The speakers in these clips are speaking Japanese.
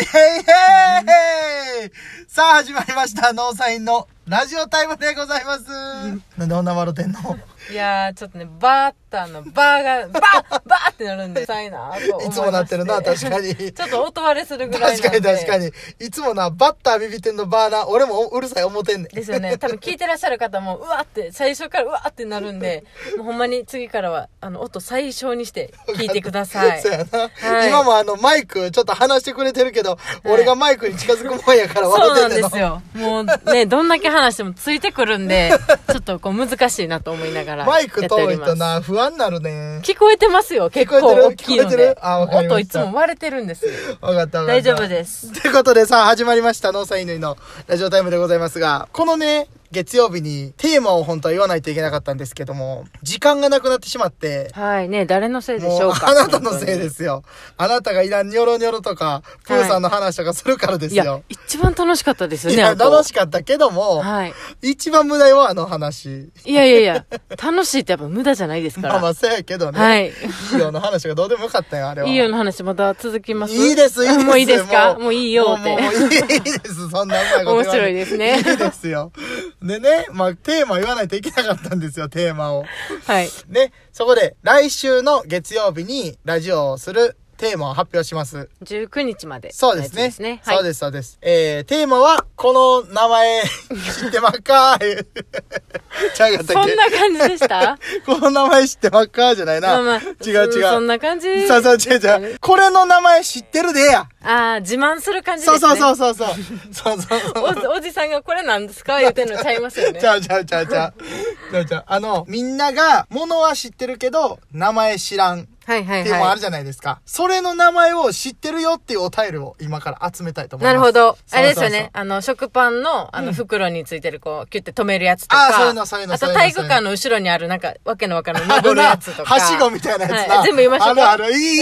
さあ始まりましたノーサインのラジオタイムでございます。なんで女笑ってんの？ いやーちょっとねバッターのバーがバーってなるんでさいなと思いまして。 いつもなってるな、確かに。 ちょっと音割れするぐらいなんで。 確かに。いつもな、バッタービビってんのバーな、俺もうるさい思ってんねん。 ですよね。多分聞いてらっしゃる方もうわって最初からうわってなるんで、もうほんまに次からは音最小にして聞いてください。 そうやな、 はい、 今もマイクちょっと話してくれてるけど、俺がマイクに近づくもんやからそう笑ってんねん。 なんですよ。もうね、どんだけ話してもついてくるんで、ちょっとこう難しいなと思いながらやっております。 マイク遠いとな、不安になるね。 聞こえてますよ。結構大きいので。 あ、わかりました。 音いつも割れてるんですよ。 わかった。 大丈夫です。 ということでさあ始まりましたノーサインのラジオタイムでございますが、このね、月曜日にテーマを本当は言わないといけなかったんですけども、時間がなくなってしまって。 はいね、誰のせいでしょうか。 あなたのせいですよ。あなたがいらんニョロニョロとか、プーさんの話とかするからですよ。 いや、一番楽しかったですよね。 いや、楽しかったけども、 はい。 一番無駄よ、あの話。 いや、楽しいってやっぱ無駄じゃないですから。 まあそうやけどね。 はい。 いいよの話がどうでもよかったよ、あれは。 いいよの話また続きます。 いいです。 もういいですか？もういいよって。 もういいです。そんなうまいこと言わない。 面白いですね。 いいですよ。でね、まあ、テーマ言わないといけなかったんですよ、テーマを。 はい。 ね、そこで、来週の月曜日にラジオをするテーマを発表します。 19日まで。 そうですね。 はい、 そうです。テーマは、この名前、知ってまっかーちゃうかったっけ？ そんな感じでしたこの名前知ってまっかーじゃないな。違う。 そんな感じ。 そう、違う。これの名前知ってるでや。 ああ、自慢する感じですね。 そう。 おじさんがこれなんですか言うてんのちゃいますよね。 ちゃう。みんなが、物は知ってるけど、名前知らん。 はい。 っていうのもあるじゃないですか。それの名前を知ってるよっていうお便りを今から集めたいと思います。 なるほど。 そうあれですよね。食パンの、袋についてる、こう、キュッて止めるやつとか。 あ、そういうの。 あと体育館の後ろにある、なんか、わけのわからん登るやつとか。 はしごみたいなやつな。 はい、全部言いましょうか。 ある。いい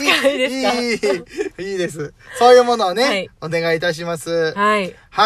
です。そういうものをね、はい、お願いいたします。 はい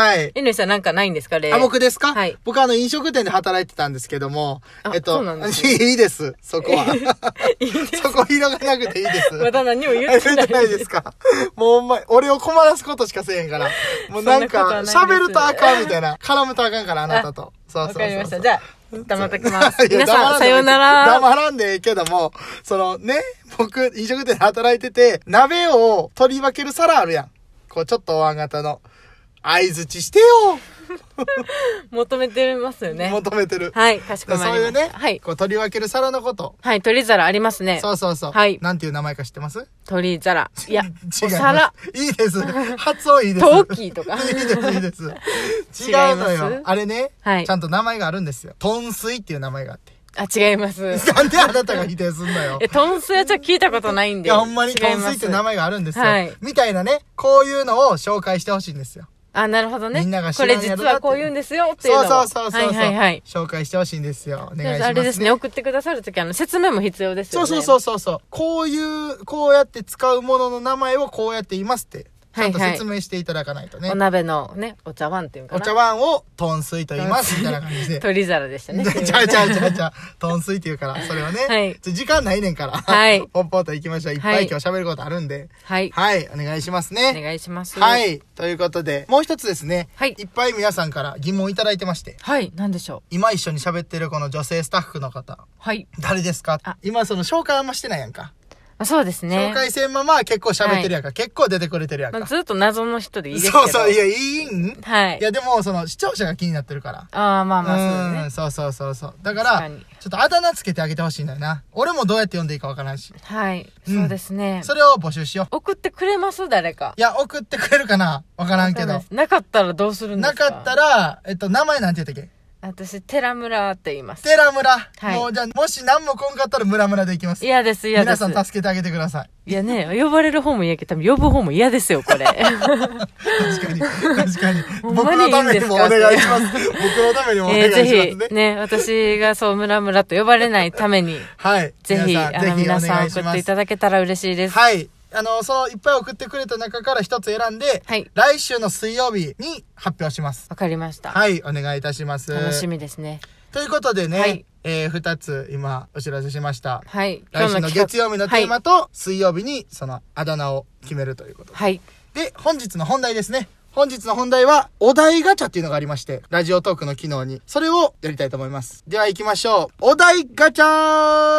。N さんなんかないんですかね？ 僕ですか？ はい。 僕飲食店で働いてたんですけども、 そうなんですね。 いいです。そこは。そこ広がなくていいです。 まだ何も言ってないですか？もう俺を困らすことしかせえへんから。もうなんか、喋るとあかんみたいな。絡むとあかんから、あなたと。そう。 わかりました。じゃあ、黙っときます。皆さん、さようなら。 黙らんでええけども、僕、飲食店で働いてて、鍋を取り分ける皿あるやん。こう、ちょっとお椀型の。相づちしてよ。 求めてますよね。 求めてる。 はい、かしこまりました。 そういうね、 はい。 こう取り分ける皿のこと。 はい、取り皿ありますね。 そう。 はい。 なんていう名前か知ってます？ 取り皿。いや、お皿。いいです。発音いいです。 陶器とか。 いいです。違うのよ。あれね、はい。ちゃんと名前があるんですよ。トンスイっていう名前があって。 あ、違います。 なんであなたが否定すんのよ。 トンスイはちょっと聞いたことないんで。 いや、ほんまにトンスイって名前があるんですよ。 はい。 みたいなね、こういうのを紹介してほしいんですよ。 あ、なるほどね。 みんなが知らんやろなって。 これ実はこう言うんですよっていうのを。 そう。 はい。 紹介してほしいんですよ。お願いします、ね。 あれですね、送ってくださるとき説明も必要ですよね。 そう。こうやって使うものの名前をこうやって言いますって。ちゃんと説明していただかないとね。 お鍋のね、お茶碗っていうかな。 お茶碗をトンスイと言います、みたいな感じで。 取り皿でしたね。 ちゃう。トンスイって言うから、それはね。 はい。 時間ないねんから。 はい。 ポッポッと行きましょう。いっぱい今日喋ることあるんで。 はい。 はい。お願いしますね。 お願いします。 はい。ということで、もう一つですね。 はい。 いっぱい皆さんから疑問いただいてまして。 はい。何でしょう。 今一緒に喋ってるこの女性スタッフの方。 はい。 誰ですか？今紹介あんましてないやんか。 そうですね。 紹介せんまま結構喋ってるやんか。結構出てくれてるやんか。 ずっと謎の人でいいですけど。 そう。いや、いいん？ はい。 いや、でも、視聴者が気になってるから。 ああ、まあそうね。 そう。だから、ちょっとあだ名つけてあげてほしいんだよな。俺もどうやって呼んでいいかわからんし。 はい。そうですね。 それを募集しよう。 送ってくれます誰か。 いや、送ってくれるかなわからんけど。 なかったらどうするんですか？ なかったら、名前なんて言ったっけ？ 私、寺村って言います。 寺村。 はい。 もう、じゃあ、もし何も来んかったら村村で行きます。 嫌です。 皆さん助けてあげてください。いやね、呼ばれる方も嫌けど、多分呼ぶ方も嫌ですよ、これ。 確かに。僕のためにもお願いします。僕のためにもお願いしますね。 ぜひ、ね、私が村村と呼ばれないために。 はい。 ぜひ、皆さん送っていただけたら嬉しいです。 はい。いっぱい送ってくれた中から一つ選んで、 はい。 来週の水曜日に発表します。 わかりました。 はい、お願いいたします。 楽しみですね。 ということでね、 はい。 2つ今お知らせしました。 はい。 来週の月曜日のテーマと、水曜日にそのあだ名を決めるということで。 はい。 で、本日の本題ですね。本日の本題は、お題ガチャっていうのがありまして、ラジオトークの機能に、それをやりたいと思います。では行きましょう。お題ガチャー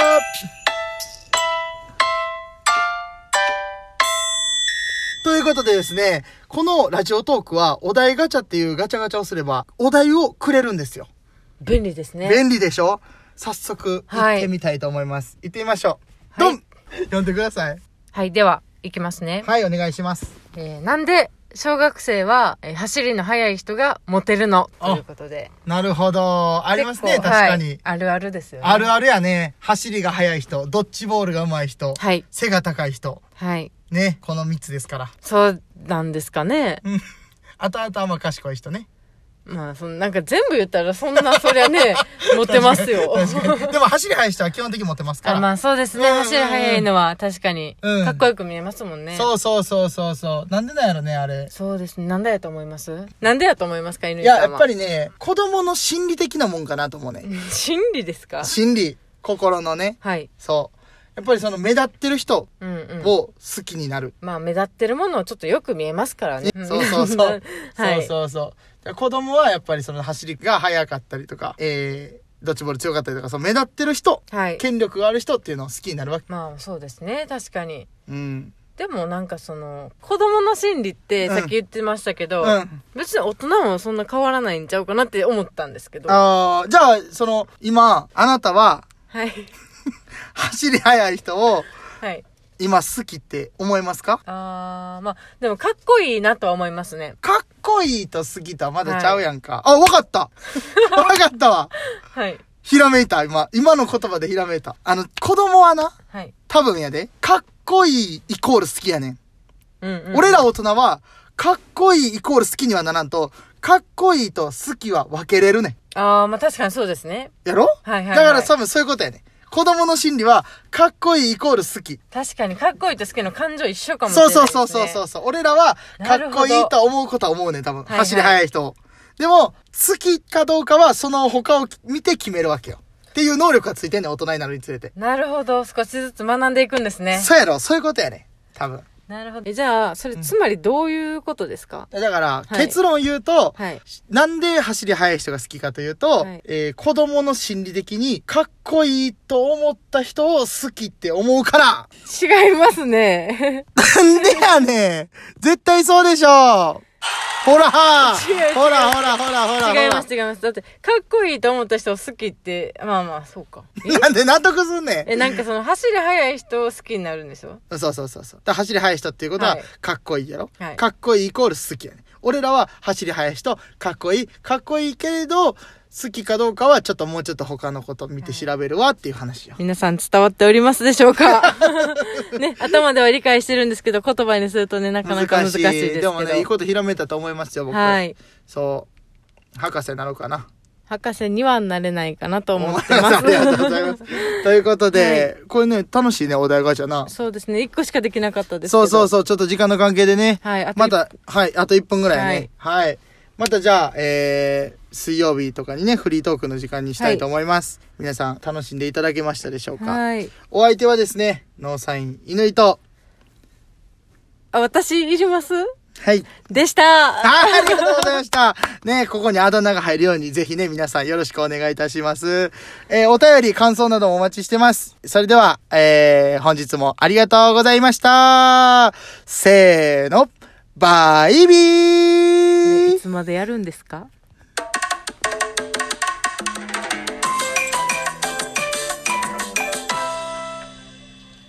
ということでですね、このラジオトークは、お題ガチャっていうガチャガチャをすれば、お題をくれるんですよ。 便利ですね。 便利でしょ？早速、行ってみたいと思います。行ってみましょう。ドン、読んでください。 はい、では、いきますね。 はい、お願いします。 なんで、小学生は、走りの速い人がモテるのということで。 なるほど。ありますね、確かに、 はい。あるあるですよね。 あるあるやね。走りが速い人、ドッジボールが上手い人、 はい。 背が高い人。 はい。 ね、この3つですから。 そうなんですかね。 うん。あとあんま賢い人ね。 まあ、なんか全部言ったらそんな、そりゃね、モテますよ。 確かに。でも走り速い人は基本的にモテますから。 まあそうですね。走り速いのは確かに、 うんかっこよく見えますもんね。 そう。なんでなんやろね、あれ。 そうですね。なんでやと思いますなんでやと思いますか、犬いや、 さんは。 やっぱりね、子供の心理的なもんかなと思うね。 心理ですか？ 心理。心のね。 はい。 そう。やっぱりその目立ってる人うんうん。 を好きになる。 まあ目立ってるものをちょっとよく見えますからね。 そう。 はい。 そう。子供はやっぱりその走りが速かったりとか、ドッジボール強かったりとか、その目立ってる人、 はい。 権力がある人っていうのを好きになるわけ。 まあそうですね。確かに。 うん。 でもなんかその、子供の心理ってさっき言ってましたけど、別に大人もそんな変わらないんちゃうかなって思ったんですけど。 じゃあ、その、今、あなたは、 はい。 走り速い人を、 はい。 今好きって思いますか？ まあ、でもかっこいいなとは思いますね。 かっこいいと好きとはまだちゃうやんか。わかったわかったわ。 はい。 ひらめいた、今の言葉でひらめいた。子供はな、 はい。 多分やで、かっこいいイコール好きやねん。 うん。 俺ら大人は、かっこいいイコール好きにはならんと、かっこいいと好きは分けれるねん。 まあ確かにそうですね。 やろ？ はい。 だから多分そういうことやねん。子供の心理は、かっこいいイコール好き。 確かに、かっこいいと好きの感情一緒かもしれないですね。 そう。俺らは、かっこいいと思うことは思うねん、多分。走り速い人を。でも、好きかどうかは、その他を見て決めるわけよ。っていう能力がついてんねん、大人になるにつれて。 なるほど。少しずつ学んでいくんですね。 そうやろ、そういうことやねん。多分。 なるほど。じゃあ、それつまりどういうことですか？ だから、 はい結論を言うと、 はい。 なんで走り速い人が好きかというと、 はい子供の心理的にかっこいいと思った人を好きって思うから。 違いますね。 なんでやねん。絶対そうでしょ。ほら違うほら。 違います。だって、かっこいいと思った人を好きって、まあ、そうか。 なんで納得すんねん。 なんかその、走り速い人を好きになるんでしょ？ そう。だから走り速い人っていうことははい、 かっこいいやろ、 はいかっこいいイコール好きやねん。俺らは走り速い人、かっこいいけれど、好きかどうかはもうちょっと他のこと見て調べるわっていう話よ。 皆さん伝わっておりますでしょうか？ね、頭では理解してるんですけど、言葉にするとね、なかなか難しいですけど。 でもね、いいことひらめいたと思いますよ、僕。 はい。 そう。博士なのかな。 博士にはなれないかなと思ってます。 ありがとうございます。ということで、これね、楽しいね、お題ガチャな。 そうですね。1個しかできなかったですけど。 そう。ちょっと時間の関係でね。 はい。 また、はい、あと1分ぐらいね。はい。またじゃあ、水曜日とかにね、フリートークの時間にしたいと思います。皆さん、楽しんでいただけましたでしょうか？ はい。 お相手はですね、ノーサイン、犬井と、 私いりますはい。 でした。 ありがとうございました。ね、ここにあだ名が入るように、ぜひね、皆さんよろしくお願いいたします。お便り、感想などもお待ちしてます。それでは、本日もありがとうございました。せーの、バイビー。 いつまでやるんですか？